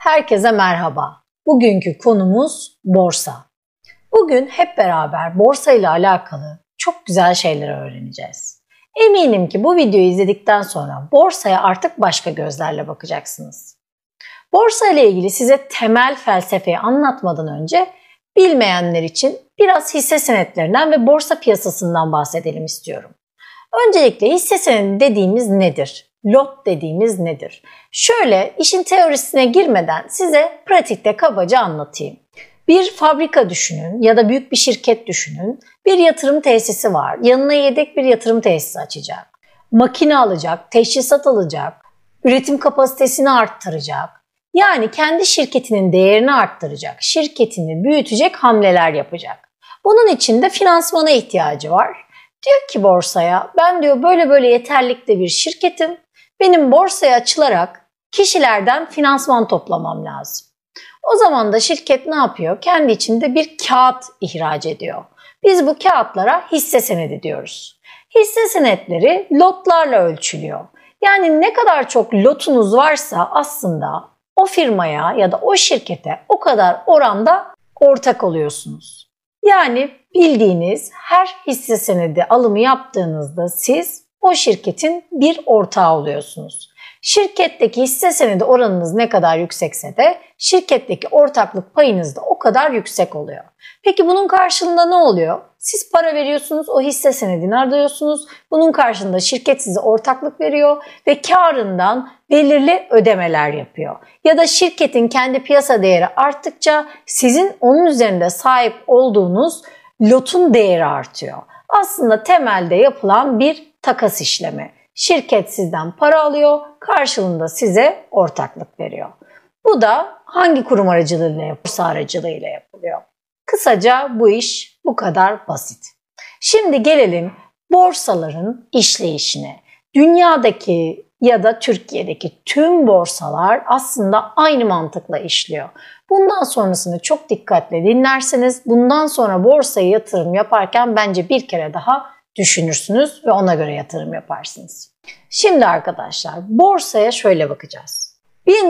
Herkese merhaba. Bugünkü konumuz borsa. Bugün hep beraber borsa ile alakalı çok güzel şeyler öğreneceğiz. Eminim ki bu videoyu izledikten sonra borsaya artık başka gözlerle bakacaksınız. Borsa ile ilgili size temel felsefeyi anlatmadan önce bilmeyenler için biraz hisse senetlerinden ve borsa piyasasından bahsedelim istiyorum. Öncelikle hisse senedi dediğimiz nedir? Lot dediğimiz nedir? Şöyle işin teorisine girmeden size pratikte kabaca anlatayım. Bir fabrika düşünün ya da büyük bir şirket düşünün. Bir yatırım tesisi var. Yanına yedek bir yatırım tesisi açacak. Makine alacak, teçhizat alacak, üretim kapasitesini arttıracak. Yani kendi şirketinin değerini arttıracak, şirketini büyütecek hamleler yapacak. Bunun için de finansmana ihtiyacı var. Diyor ki borsaya, ben diyor böyle yeterlikte bir şirketim. Benim borsaya açılarak kişilerden finansman toplamam lazım. O zaman da şirket ne yapıyor? Kendi içinde bir kağıt ihraç ediyor. Biz bu kağıtlara hisse senedi diyoruz. Hisse senetleri lotlarla ölçülüyor. Yani ne kadar çok lotunuz varsa aslında o firmaya ya da o şirkete o kadar oranda ortak oluyorsunuz. Yani bildiğiniz her hisse senedi alımı yaptığınızda siz o şirketin bir ortağı oluyorsunuz. Şirketteki hisse senedi oranınız ne kadar yüksekse de şirketteki ortaklık payınız da o kadar yüksek oluyor. Peki bunun karşılığında ne oluyor? Siz para veriyorsunuz, o hisse senedini alıyorsunuz. Bunun karşılığında şirket size ortaklık veriyor ve karından belirli ödemeler yapıyor. Ya da şirketin kendi piyasa değeri arttıkça sizin onun üzerinde sahip olduğunuz lotun değeri artıyor. Aslında temelde yapılan bir takas işlemi. Şirket sizden para alıyor, karşılığında size ortaklık veriyor. Bu da hangi kurum aracılığıyla yapılıyor? Borsa aracılığıyla yapılıyor. Kısaca bu iş bu kadar basit. Şimdi gelelim borsaların işleyişine. Dünyadaki ya da Türkiye'deki tüm borsalar aslında aynı mantıkla işliyor. Bundan sonrasını çok dikkatle dinlerseniz bundan sonra borsaya yatırım yaparken bence bir kere daha düşünürsünüz ve ona göre yatırım yaparsınız. Şimdi arkadaşlar borsaya şöyle bakacağız.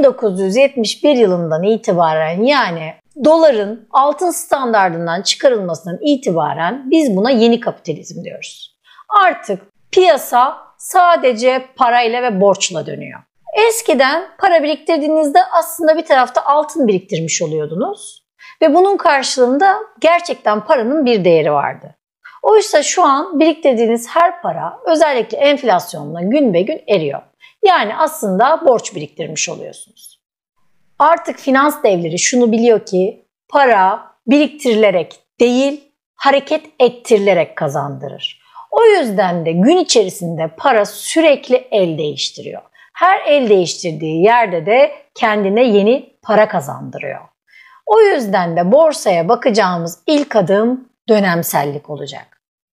1971 yılından itibaren yani doların altın standardından çıkarılmasından itibaren biz buna yeni kapitalizm diyoruz. Artık piyasa sadece parayla ve borçla dönüyor. Eskiden para biriktirdiğinizde aslında bir tarafta altın biriktirmiş oluyordunuz ve bunun karşılığında gerçekten paranın bir değeri vardı. Oysa şu an biriktirdiğiniz her para özellikle enflasyonla gün be gün eriyor. Yani aslında borç biriktirmiş oluyorsunuz. Artık finans devleri şunu biliyor ki para biriktirilerek değil, hareket ettirilerek kazandırır. O yüzden de gün içerisinde para sürekli el değiştiriyor. Her el değiştirdiği yerde de kendine yeni para kazandırıyor. O yüzden de borsaya bakacağımız ilk adım dönemsellik olacak.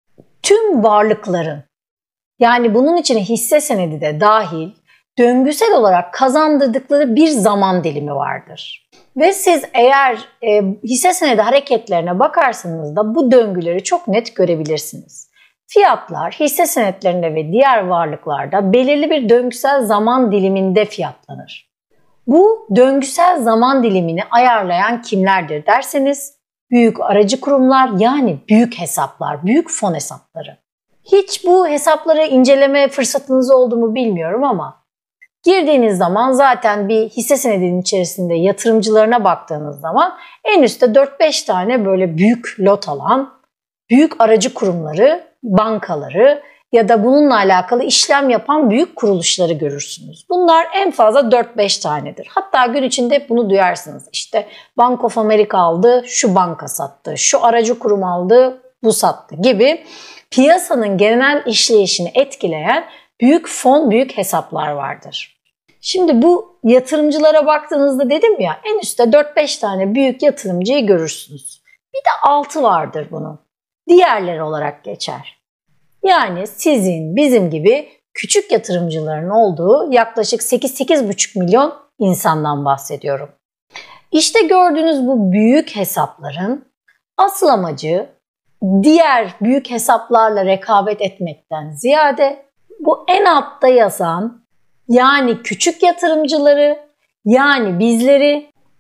Tüm varlıkların yani bunun içine hisse senedi de dahil döngüsel olarak kazandırdıkları bir zaman dilimi vardır. Ve siz eğer hisse senedi hareketlerine bakarsanız da bu döngüleri çok net görebilirsiniz. Fiyatlar hisse senetlerinde ve diğer varlıklarda belirli bir döngüsel zaman diliminde fiyatlanır. Bu döngüsel zaman dilimini ayarlayan kimlerdir derseniz büyük aracı kurumlar yani büyük hesaplar, büyük fon hesapları. Hiç bu hesapları inceleme fırsatınız oldu mu bilmiyorum ama girdiğiniz zaman zaten bir hisse senedinin içerisinde yatırımcılarına baktığınız zaman en üstte 4-5 tane böyle büyük lot alan, büyük aracı kurumları, bankaları ya da bununla alakalı işlem yapan büyük kuruluşları görürsünüz. Bunlar en fazla 4-5 tanedir. Hatta gün içinde hep bunu duyarsınız. İşte Bank of America aldı, şu banka sattı, şu aracı kurum aldı, bu sattı gibi piyasanın genel işleyişini etkileyen büyük fon, büyük hesaplar vardır. Şimdi bu yatırımcılara baktığınızda dedim ya en üstte 4-5 tane büyük yatırımcıyı görürsünüz. Bir de altı vardır bunun. Diğerleri olarak geçer. Yani sizin, bizim gibi küçük yatırımcıların olduğu yaklaşık 8-8,5 milyon insandan bahsediyorum. İşte gördüğünüz bu büyük hesapların asıl amacı diğer büyük hesaplarla rekabet etmekten ziyade bu en altta yazan yani küçük yatırımcıları yani bizleri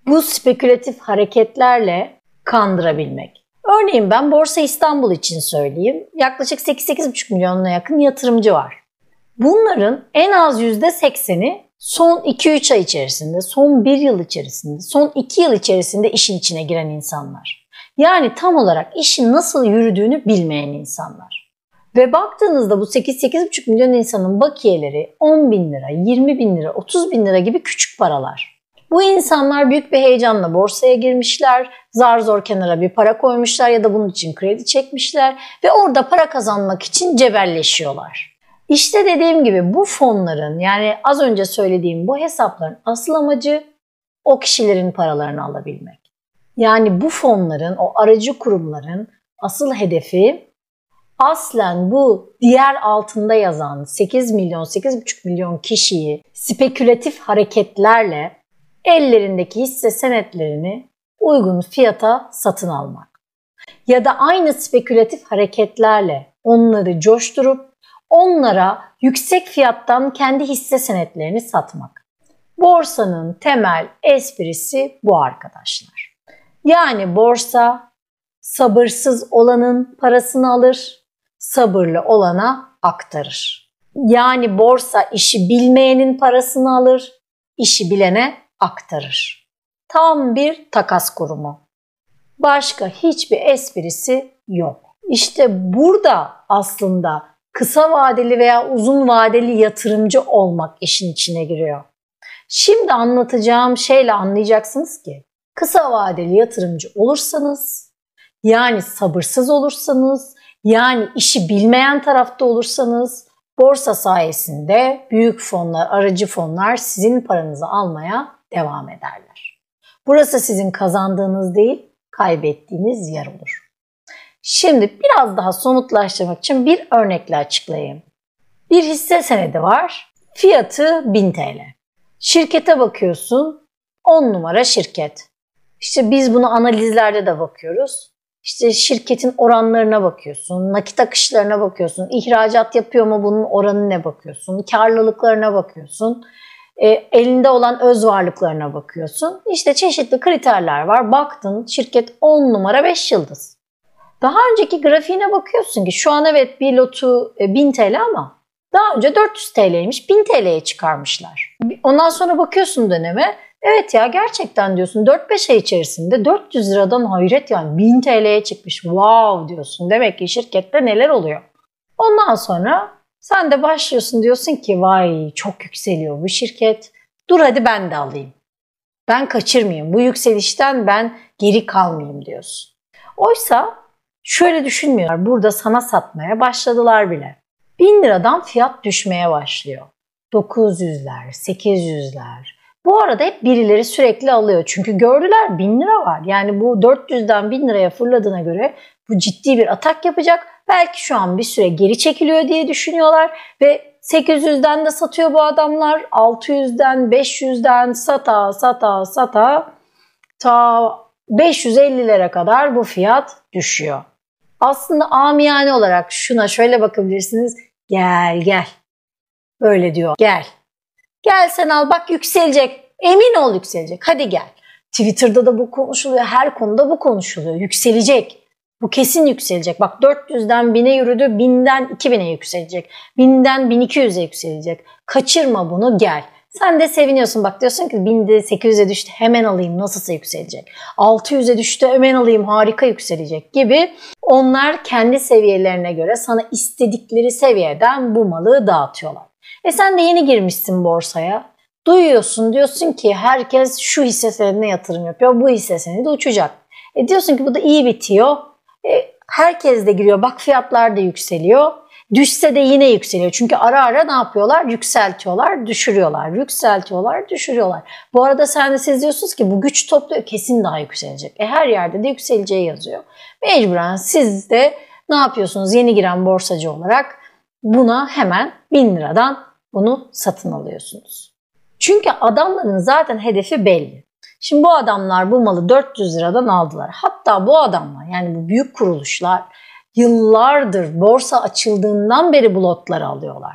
bu spekülatif hareketlerle kandırabilmek. Örneğin ben Borsa İstanbul için söyleyeyim. Yaklaşık 8-8,5 milyonuna yakın yatırımcı var. Bunların en az %80'i son 2-3 ay içerisinde, son 1 yıl içerisinde, son 2 yıl içerisinde işin içine giren insanlar. Yani tam olarak işin nasıl yürüdüğünü bilmeyen insanlar. Ve baktığınızda bu 8-8,5 milyon insanın bakiyeleri 10 bin lira, 20 bin lira, 30 bin lira gibi küçük paralar. Bu insanlar büyük bir heyecanla borsaya girmişler, zar zor kenara bir para koymuşlar ya da bunun için kredi çekmişler ve orada para kazanmak için cebelleşiyorlar. İşte dediğim gibi bu fonların, yani az önce söylediğim bu hesapların asıl amacı o kişilerin paralarını alabilmek. Yani bu fonların, o aracı kurumların asıl hedefi aslen bu diğer altında yazan 8 milyon, 8,5 milyon kişiyi spekülatif hareketlerle ellerindeki hisse senetlerini uygun fiyata satın almak. Ya da aynı spekülatif hareketlerle onları coşturup onlara yüksek fiyattan kendi hisse senetlerini satmak. Borsanın temel esprisi bu arkadaşlar. Yani borsa sabırsız olanın parasını alır, sabırlı olana aktarır. Yani borsa işi bilmeyenin parasını alır, işi bilene aktarır. Tam bir takas kurumu. Başka hiçbir esprisi yok. İşte burada aslında kısa vadeli veya uzun vadeli yatırımcı olmak işin içine giriyor. Şimdi anlatacağım şeyle anlayacaksınız ki kısa vadeli yatırımcı olursanız, yani sabırsız olursanız, yani işi bilmeyen tarafta olursanız borsa sayesinde büyük fonlar, aracı fonlar sizin paranızı almaya devam ederler. Burası sizin kazandığınız değil, kaybettiğiniz yer olur. Şimdi biraz daha somutlaştırmak için bir örnekle açıklayayım. Bir hisse senedi var, fiyatı 1000 TL. Şirkete bakıyorsun, 10 numara şirket. İşte biz bunu analizlerde de bakıyoruz. İşte şirketin oranlarına bakıyorsun, nakit akışlarına bakıyorsun, ihracat yapıyor mu bunun oranı ne bakıyorsun, karlılıklarına bakıyorsun, elinde olan öz varlıklarına bakıyorsun. İşte çeşitli kriterler var. Baktın şirket 10 numara 5 yıldız. Daha önceki grafiğine bakıyorsun ki şu an evet bir lotu 1000 TL ama daha önce 400 TL'ymiş, 1000 TL'ye çıkarmışlar. Ondan sonra bakıyorsun döneme. Evet ya gerçekten diyorsun 4-5 ay içerisinde 400 liradan hayret yani 1000 TL'ye çıkmış. Wow diyorsun. Demek ki şirkette neler oluyor. Ondan sonra sen de başlıyorsun diyorsun ki vay çok yükseliyor bu şirket. Dur hadi ben de alayım. Ben kaçırmayayım. Bu yükselişten ben geri kalmayayım diyorsun. Oysa şöyle düşünmüyorlar. Burada sana satmaya başladılar bile. 1000 liradan fiyat düşmeye başlıyor. 900'ler, 800'ler. Bu arada hep birileri sürekli alıyor. Çünkü gördüler 1000 lira var. Yani bu 400'den 1000 liraya fırladığına göre bu ciddi bir atak yapacak. Belki şu an bir süre geri çekiliyor diye düşünüyorlar. Ve 800'den de satıyor bu adamlar. 600'den, 500'den sata ta 550'lere kadar bu fiyat düşüyor. Aslında amiyane olarak şuna şöyle bakabilirsiniz. Gel. Böyle diyor. Gel sen al bak yükselecek. Emin ol yükselecek. Hadi gel. Twitter'da da bu konuşuluyor. Her konuda bu konuşuluyor. Yükselecek. Bu kesin yükselecek. Bak 400'den 1000'e yürüdü. 1000'den 2000'e yükselecek. 1000'den 1200'e yükselecek. Kaçırma bunu gel. Sen de seviniyorsun. Bak diyorsun ki 1000'de 800'e düştü hemen alayım nasılsa yükselecek. 600'e düştü hemen alayım harika yükselecek gibi. Onlar kendi seviyelerine göre sana istedikleri seviyeden bu malı dağıtıyorlar. Sen de yeni girmişsin borsaya. Duyuyorsun diyorsun ki herkes şu hisse senedine yatırım yapıyor. Bu hisse senedi uçacak. Diyorsun ki bu da iyi bitiyor. Herkes de giriyor. Bak fiyatlar da yükseliyor. Düşse de yine yükseliyor. Çünkü ara ara ne yapıyorlar? Yükseltiyorlar, düşürüyorlar. Yükseltiyorlar, düşürüyorlar. Bu arada siz diyorsunuz ki bu güç topluyor. Kesin daha yükselecek. Her yerde de yükseleceği yazıyor. Mecburen siz de ne yapıyorsunuz? Yeni giren borsacı olarak buna hemen 1000 liradan bunu satın alıyorsunuz. Çünkü adamların zaten hedefi belli. Şimdi bu adamlar bu malı 400 liradan aldılar. Hatta bu adamlar yani bu büyük kuruluşlar yıllardır borsa açıldığından beri bu lotları alıyorlar.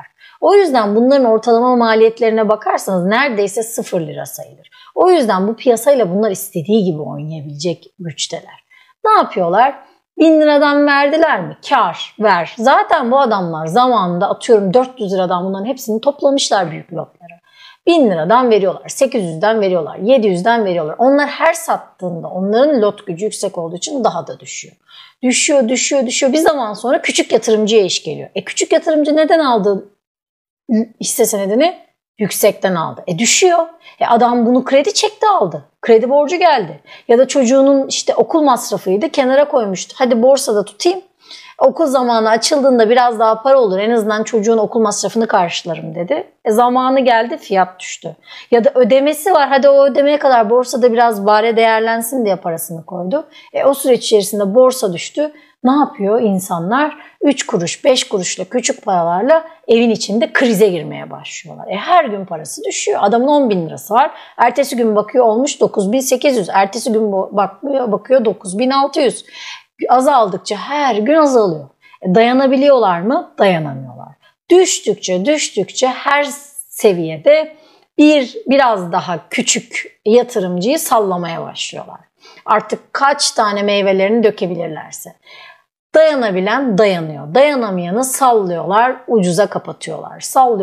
O yüzden bunların ortalama maliyetlerine bakarsanız neredeyse 0 lira sayılır. O yüzden bu piyasayla bunlar istediği gibi oynayabilecek güçteler. Ne yapıyorlar? 1000 liradan verdiler mi? Kar, ver. Zaten bu adamlar zamanında atıyorum 400 liradan bunların hepsini toplamışlar büyük lotları. 1000 liradan veriyorlar, 800'den veriyorlar, 700'den veriyorlar. Onlar her sattığında onların lot gücü yüksek olduğu için daha da düşüyor. Düşüyor. Bir zaman sonra küçük yatırımcıya iş geliyor. Küçük yatırımcı neden aldı hisse senedini? Yüksekten aldı. Düşüyor. Adam bunu kredi çekti aldı. Kredi borcu geldi. Ya da çocuğunun işte okul masrafıydı, kenara koymuştu. Hadi borsada tutayım. Okul zamanı açıldığında biraz daha para olur. En azından çocuğun okul masrafını karşılarım dedi. Zamanı geldi, fiyat düştü. Ya da ödemesi var. Hadi o ödemeye kadar borsada biraz bari değerlensin diye parasını koydu. O süreç içerisinde borsa düştü. Ne yapıyor insanlar? 3 kuruş, 5 kuruşla küçük paralarla evin içinde krize girmeye başlıyorlar. Her gün parası düşüyor. Adamın 10 bin lirası var. Ertesi gün bakıyor olmuş 9.800. Ertesi gün bakıyor 9.600. Azaldıkça her gün azalıyor. Dayanabiliyorlar mı? Dayanamıyorlar. Düştükçe her seviyede biraz daha küçük yatırımcıyı sallamaya başlıyorlar. Artık kaç tane meyvelerini dökebilirlerse. Dayanabilen dayanıyor. Dayanamayanı sallıyorlar, ucuza kapatıyorlar.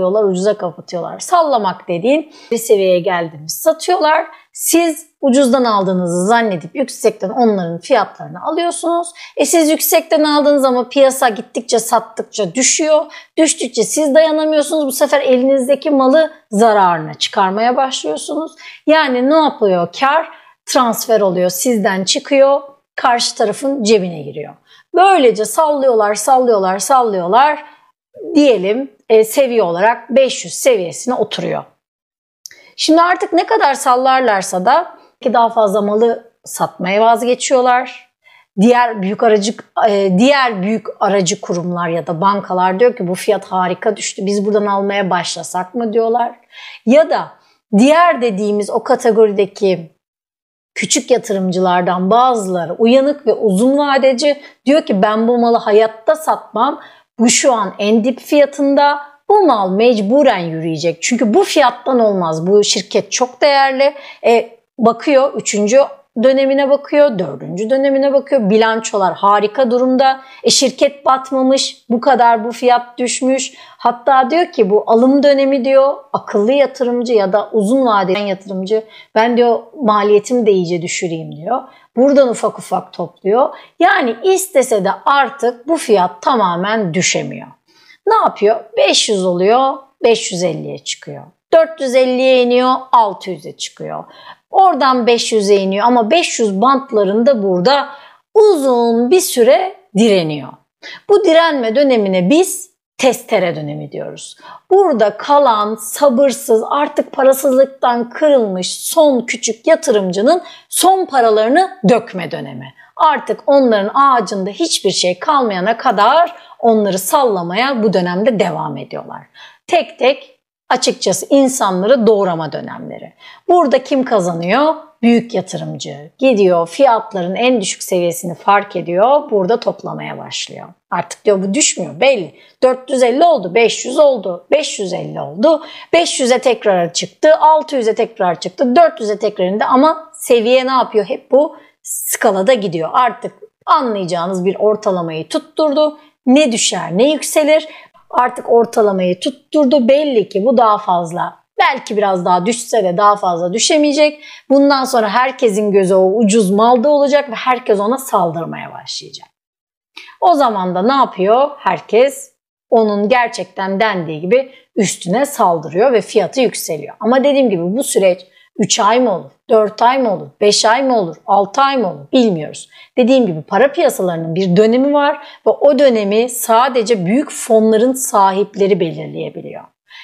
Sallamak dediğin bir seviyeye geldiğimiz satıyorlar. Siz ucuzdan aldığınızı zannedip yüksekten onların fiyatlarını alıyorsunuz. Siz yüksekten aldığınız ama piyasa gittikçe sattıkça düşüyor. Düştükçe siz dayanamıyorsunuz. Bu sefer elinizdeki malı zararına çıkarmaya başlıyorsunuz. Yani ne yapıyor? Kar transfer oluyor. Sizden çıkıyor. Karşı tarafın cebine giriyor. Böylece sallıyorlar. Diyelim seviye olarak 500 seviyesine oturuyor. Şimdi artık ne kadar sallarlarsa da daha fazla malı satmaya vazgeçiyorlar. Diğer büyük aracı kurumlar ya da bankalar diyor ki bu fiyat harika düştü. Biz buradan almaya başlasak mı diyorlar. Ya da diğer dediğimiz o kategorideki küçük yatırımcılardan bazıları uyanık ve uzun vadeci diyor ki ben bu malı hayatta satmam. Bu şu an en dip fiyatında. Bu mal mecburen yürüyecek. Çünkü bu fiyattan olmaz. Bu şirket çok değerli. Bakıyor 3. dönemine bakıyor, 4. dönemine bakıyor. Bilançolar harika durumda. Şirket batmamış, bu kadar bu fiyat düşmüş. Hatta diyor ki bu alım dönemi diyor, akıllı yatırımcı ya da uzun vadeli yatırımcı ben diyor maliyetimi de iyice düşüreyim diyor. Buradan ufak ufak topluyor. Yani istese de artık bu fiyat tamamen düşemiyor. Ne yapıyor? 500 oluyor, 550'ye çıkıyor. 450'ye iniyor, 600'e çıkıyor. Oradan 500'e iniyor ama 500 bantlarında burada uzun bir süre direniyor. Bu direnme dönemine biz testere dönemi diyoruz. Burada kalan, sabırsız, artık parasızlıktan kırılmış son küçük yatırımcının son paralarını dökme dönemi. Artık onların ağacında hiçbir şey kalmayana kadar onları sallamaya bu dönemde devam ediyorlar. Tek tek açıkçası insanları doğrama dönemleri. Burada kim kazanıyor? Büyük yatırımcı. Gidiyor fiyatların en düşük seviyesini fark ediyor. Burada toplamaya başlıyor. Artık diyor bu düşmüyor belli. 450 oldu, 500 oldu, 550 oldu. 500'e tekrar çıktı, 600'e tekrar çıktı, 400'e tekrar indi ama seviye ne yapıyor? Hep bu skalada gidiyor. Artık anlayacağınız bir ortalamayı tutturdu. Ne düşer ne yükselir. Artık ortalamayı tutturdu. Belli ki bu daha fazla. Belki biraz daha düşse de daha fazla düşemeyecek. Bundan sonra herkesin gözü o ucuz malda olacak ve herkes ona saldırmaya başlayacak. O zaman da ne yapıyor? Herkes onun gerçekten dendiği gibi üstüne saldırıyor ve fiyatı yükseliyor. Ama dediğim gibi bu süreç 3 ay mı olur, 4 ay mı olur, 5 ay mı olur, 6 ay mı olur bilmiyoruz. Dediğim gibi para piyasalarının bir dönemi var ve o dönemi sadece büyük fonların sahipleri belirleyebiliyor.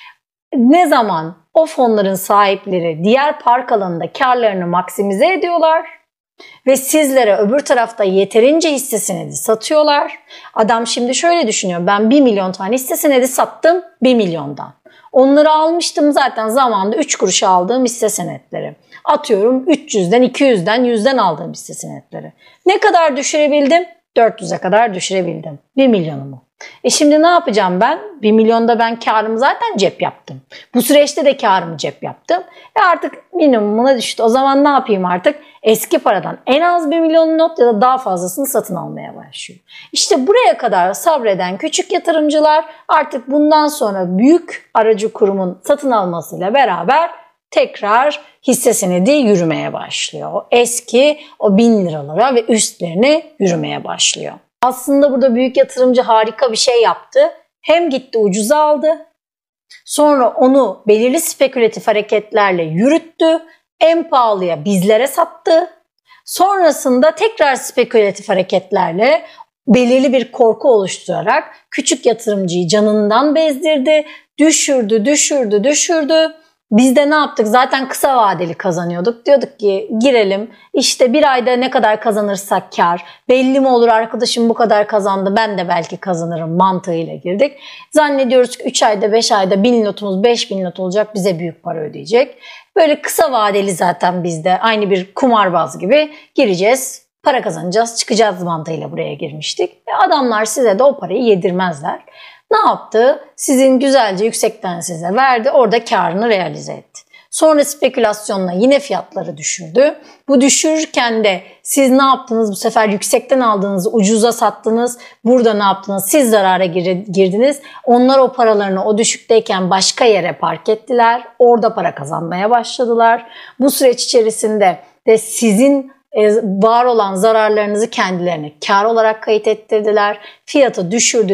Ne zaman o fonların sahipleri diğer park alanında karlarını maksimize ediyorlar ve sizlere öbür tarafta yeterince hisse senedi satıyorlar. Adam şimdi şöyle düşünüyor, ben 1 milyon tane hisse senedi sattım 1 milyondan. Onları almıştım zaten zamanında 3 kuruşa aldığım hisse senetleri. Atıyorum 300'den, 200'den, 100'den aldığım hisse senetleri. Ne kadar düşürebildim? 400'e kadar düşürebildim. 1 milyonumu. Şimdi ne yapacağım ben? 1 milyonda ben karımı zaten cep yaptım. Bu süreçte de karımı cep yaptım. Artık minimumuna düştü. O zaman ne yapayım artık? Eski paradan en az 1 milyon not ya da daha fazlasını satın almaya başlıyor. İşte buraya kadar sabreden küçük yatırımcılar artık bundan sonra büyük aracı kurumun satın almasıyla beraber tekrar hisse senedi yürümeye başlıyor. O eski o 1000 liralara ve üstlerine yürümeye başlıyor. Aslında burada büyük yatırımcı harika bir şey yaptı. Hem gitti ucuza aldı, sonra onu belirli spekülatif hareketlerle yürüttü, en pahalıya bizlere sattı. Sonrasında tekrar spekülatif hareketlerle belirli bir korku oluşturarak küçük yatırımcıyı canından bezdirdi, düşürdü. Biz de ne yaptık? Zaten kısa vadeli kazanıyorduk. Diyorduk ki girelim, işte bir ayda ne kadar kazanırsak kar, belli mi olur arkadaşım bu kadar kazandı ben de belki kazanırım mantığıyla girdik. Zannediyoruz ki 3 ayda 5 ayda 1000 notumuz 5000 not olacak, bize büyük para ödeyecek. Böyle kısa vadeli zaten biz de aynı bir kumarbaz gibi gireceğiz, para kazanacağız, çıkacağız mantığıyla buraya girmiştik. Ve adamlar size de o parayı yedirmezler. Ne yaptı? Sizin güzelce yüksekten size verdi. Orada karını realize etti. Sonra spekülasyonla yine fiyatları düşürdü. Bu düşürürken de siz ne yaptınız? Bu sefer yüksekten aldığınızı ucuza sattınız. Burada ne yaptınız? Siz zarara girdiniz. Onlar o paralarını o düşükteyken başka yere park ettiler. Orada para kazanmaya başladılar. Bu süreç içerisinde de sizin var olan zararlarınızı kendilerine kar olarak kayıt ettirdiler. Fiyatı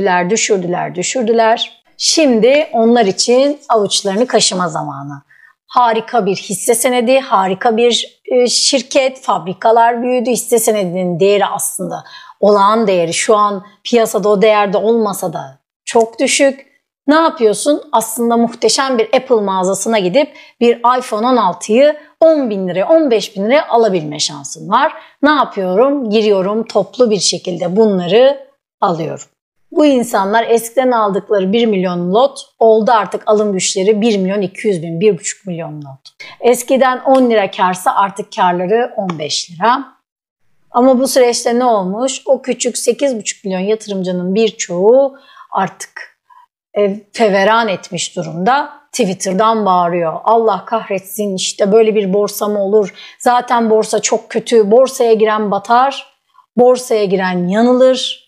düşürdüler. Şimdi onlar için avuçlarını kaşıma zamanı. Harika bir hisse senedi, harika bir şirket, fabrikalar büyüdü. Hisse senedinin değeri aslında olağan değeri şu an piyasada o değerde olmasa da çok düşük. Ne yapıyorsun? Aslında muhteşem bir Apple mağazasına gidip bir iPhone 16'yı 10.000 liraya, 15.000 liraya alabilme şansın var. Ne yapıyorum? Giriyorum toplu bir şekilde bunları alıyorum. Bu insanlar eskiden aldıkları 1 milyon lot oldu artık alım güçleri 1 milyon 200 bin, 1,5 milyon lot. Eskiden 10 lira karsa artık karları 15 lira. Ama bu süreçte ne olmuş? O küçük 8,5 milyon yatırımcının birçoğu artık feveran etmiş durumda. Twitter'dan bağırıyor. Allah kahretsin, işte böyle bir borsa mı olur? Zaten borsa çok kötü. Borsaya giren batar. Borsaya giren yanılır.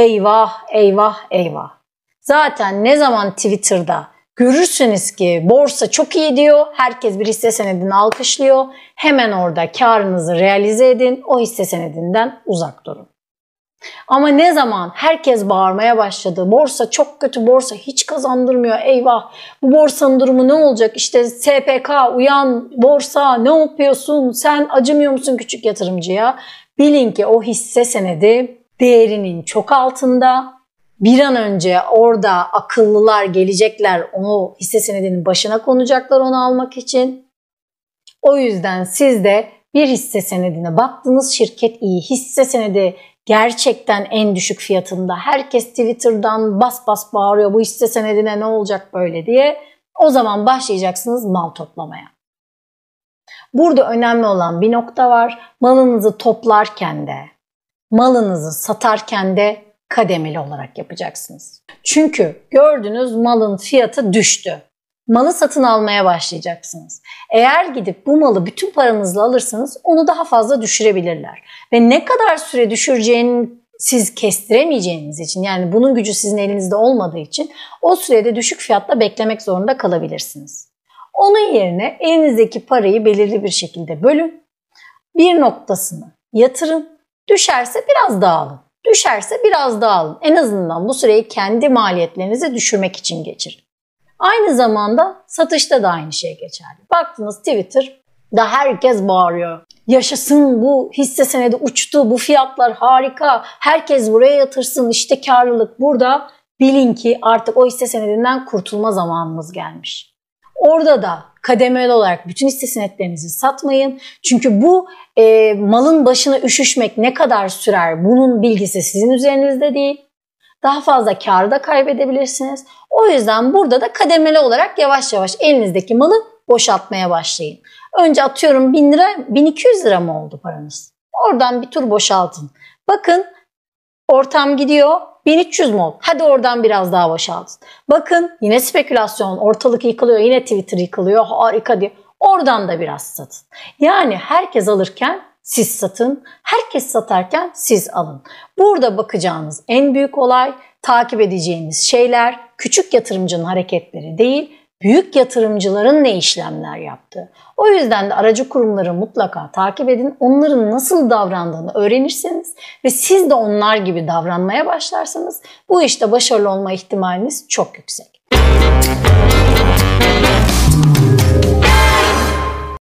Eyvah. Zaten ne zaman Twitter'da görürsünüz ki borsa çok iyi diyor. Herkes bir hisse senedini alkışlıyor. Hemen orada karınızı realize edin. O hisse senedinden uzak durun. Ama ne zaman herkes bağırmaya başladı, borsa çok kötü, borsa hiç kazandırmıyor, eyvah bu borsanın durumu ne olacak, işte SPK uyan, borsa ne yapıyorsun, sen acımıyor musun küçük yatırımcıya? Bilin ki o hisse senedi değerinin çok altında. Bir an önce orada akıllılar gelecekler, o hisse senedinin başına konacaklar onu almak için. O yüzden siz de bir hisse senedine baktınız, şirket iyi, hisse senedi gerçekten en düşük fiyatında. Herkes Twitter'dan bas bas bağırıyor bu hisse senedine ne olacak böyle diye. O zaman başlayacaksınız mal toplamaya. Burada önemli olan bir nokta var. Malınızı toplarken de, malınızı satarken de kademeli olarak yapacaksınız. Çünkü gördüğünüz malın fiyatı düştü. Malı satın almaya başlayacaksınız. Eğer gidip bu malı bütün paranızla alırsanız onu daha fazla düşürebilirler. Ve ne kadar süre düşüreceğini siz kestiremeyeceğiniz için, yani bunun gücü sizin elinizde olmadığı için o sürede düşük fiyatla beklemek zorunda kalabilirsiniz. Onun yerine elinizdeki parayı belirli bir şekilde bölün. Bir noktasını yatırın. Düşerse biraz daha alın. Düşerse biraz daha alın. En azından bu süreyi kendi maliyetlerinizi düşürmek için geçirin. Aynı zamanda satışta da aynı şey geçerli. Baktınız Twitter'da herkes bağırıyor. Yaşasın, bu hisse senedi uçtu, bu fiyatlar harika, herkes buraya yatırsın, işte karlılık burada. Bilin ki artık o hisse senedinden kurtulma zamanımız gelmiş. Orada da kademeli olarak bütün hisse senetlerinizi satmayın. Çünkü bu malın başına üşüşmek ne kadar sürer bunun bilgisi sizin üzerinizde değil. Daha fazla kârı da kaybedebilirsiniz. O yüzden burada da kademeli olarak yavaş yavaş elinizdeki malı boşaltmaya başlayın. Önce atıyorum 1000 lira, 1200 lira mı oldu paranız? Oradan bir tur boşaltın. Bakın Ortam gidiyor. 1300 mu oldu? Hadi oradan biraz daha boşaltın. Bakın yine spekülasyon, ortalık yıkılıyor, yine Twitter yıkılıyor, harika diyor. Oradan da biraz satın. Yani herkes alırken siz satın, herkes satarken siz alın. Burada bakacağınız en büyük olay, takip edeceğiniz şeyler küçük yatırımcının hareketleri değil, büyük yatırımcıların ne işlemler yaptığı. O yüzden de aracı kurumları mutlaka takip edin. Onların nasıl davrandığını öğrenirseniz ve siz de onlar gibi davranmaya başlarsanız bu işte başarılı olma ihtimaliniz çok yüksek.